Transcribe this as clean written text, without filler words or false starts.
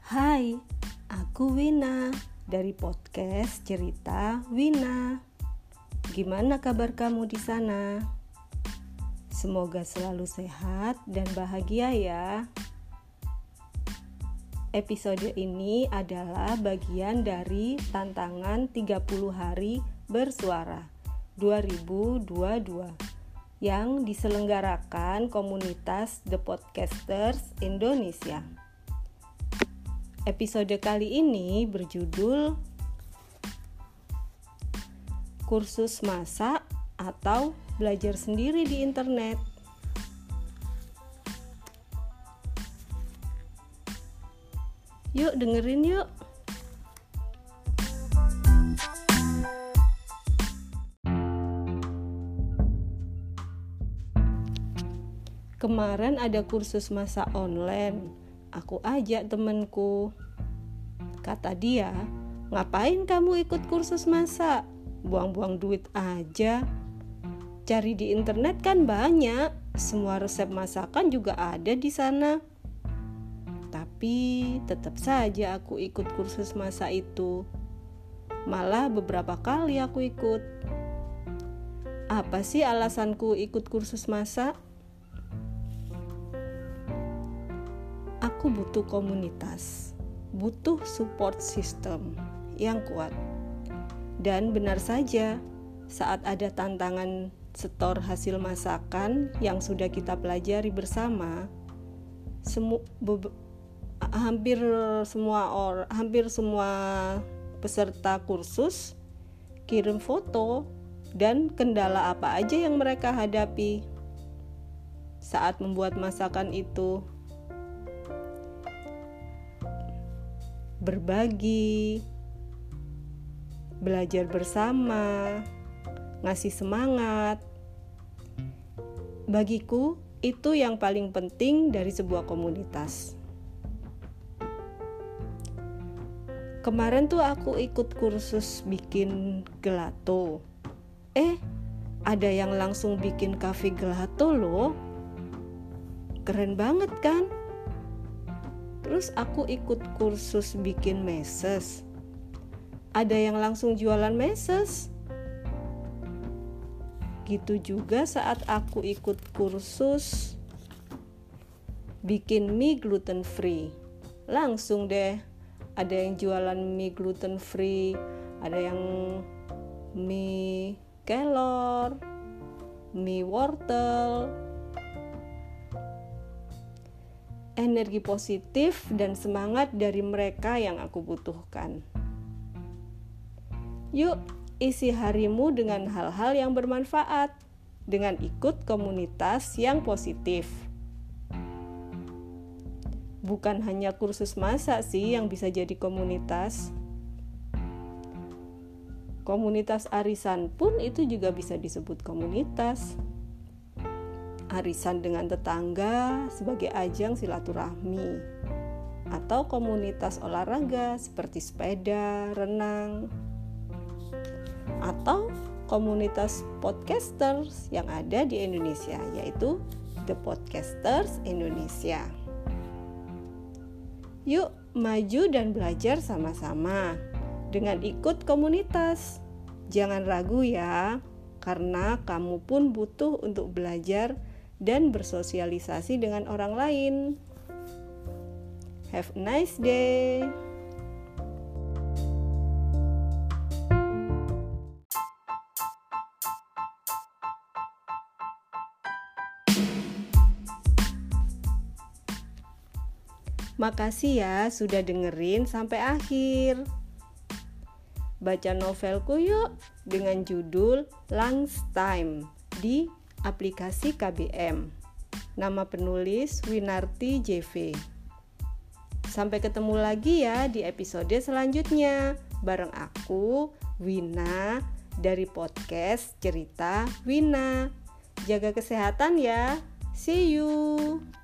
Hai, aku Wina dari podcast Cerita Wina. Gimana kabar kamu di sana? Semoga selalu sehat dan bahagia ya. Episode ini adalah bagian dari tantangan 30 hari bersuara 2022 yang diselenggarakan komunitas The Podcasters Indonesia. Episode kali ini berjudul Kursus Masak atau Belajar Sendiri di Internet. Yuk dengerin yuk. Kemarin ada kursus masak online. Aku ajak temenku. Kata dia, ngapain kamu ikut kursus masak? Buang-buang duit aja. Cari di internet kan banyak. Semua resep masakan juga ada di sana. Tapi tetap saja aku ikut kursus masak itu. Malah beberapa kali aku ikut. Apa sih alasanku ikut kursus masak? Aku butuh komunitas, butuh support system yang kuat. Dan benar saja, saat ada tantangan setor hasil masakan yang sudah kita pelajari bersama, hampir semua peserta kursus kirim foto dan kendala apa aja yang mereka hadapi saat membuat masakan itu. Berbagi, belajar bersama, ngasih semangat. Bagiku, itu yang paling penting dari sebuah komunitas. Kemarin tuh aku ikut kursus bikin gelato. Ada yang langsung bikin cafe gelato loh. Keren banget kan? Terus aku ikut kursus bikin meses. Ada yang langsung jualan meses. Gitu juga saat aku ikut kursus bikin mie gluten free. Langsung deh ada yang jualan mie gluten free, ada yang mie kelor, mie wortel. Energi positif dan semangat dari mereka yang aku butuhkan. Yuk, isi harimu dengan hal-hal yang bermanfaat, dengan ikut komunitas yang positif. Bukan hanya kursus masak sih yang bisa jadi komunitas. Komunitas arisan pun itu juga bisa disebut komunitas. Arisan dengan tetangga sebagai ajang silaturahmi, atau komunitas olahraga seperti sepeda, renang, atau komunitas podcasters yang ada di Indonesia, yaitu The Podcasters Indonesia. Yuk maju dan belajar sama-sama dengan ikut komunitas. Jangan ragu ya, karena kamu pun butuh untuk belajar dan bersosialisasi dengan orang lain. Have a nice day. Makasih ya sudah dengerin sampai akhir. Baca novelku yuk dengan judul Lunchtime di aplikasi KBM. Nama penulis Winarti JV. Sampai ketemu lagi ya di episode selanjutnya bareng aku, Wina, dari podcast Cerita Wina. Jaga kesehatan ya. See you.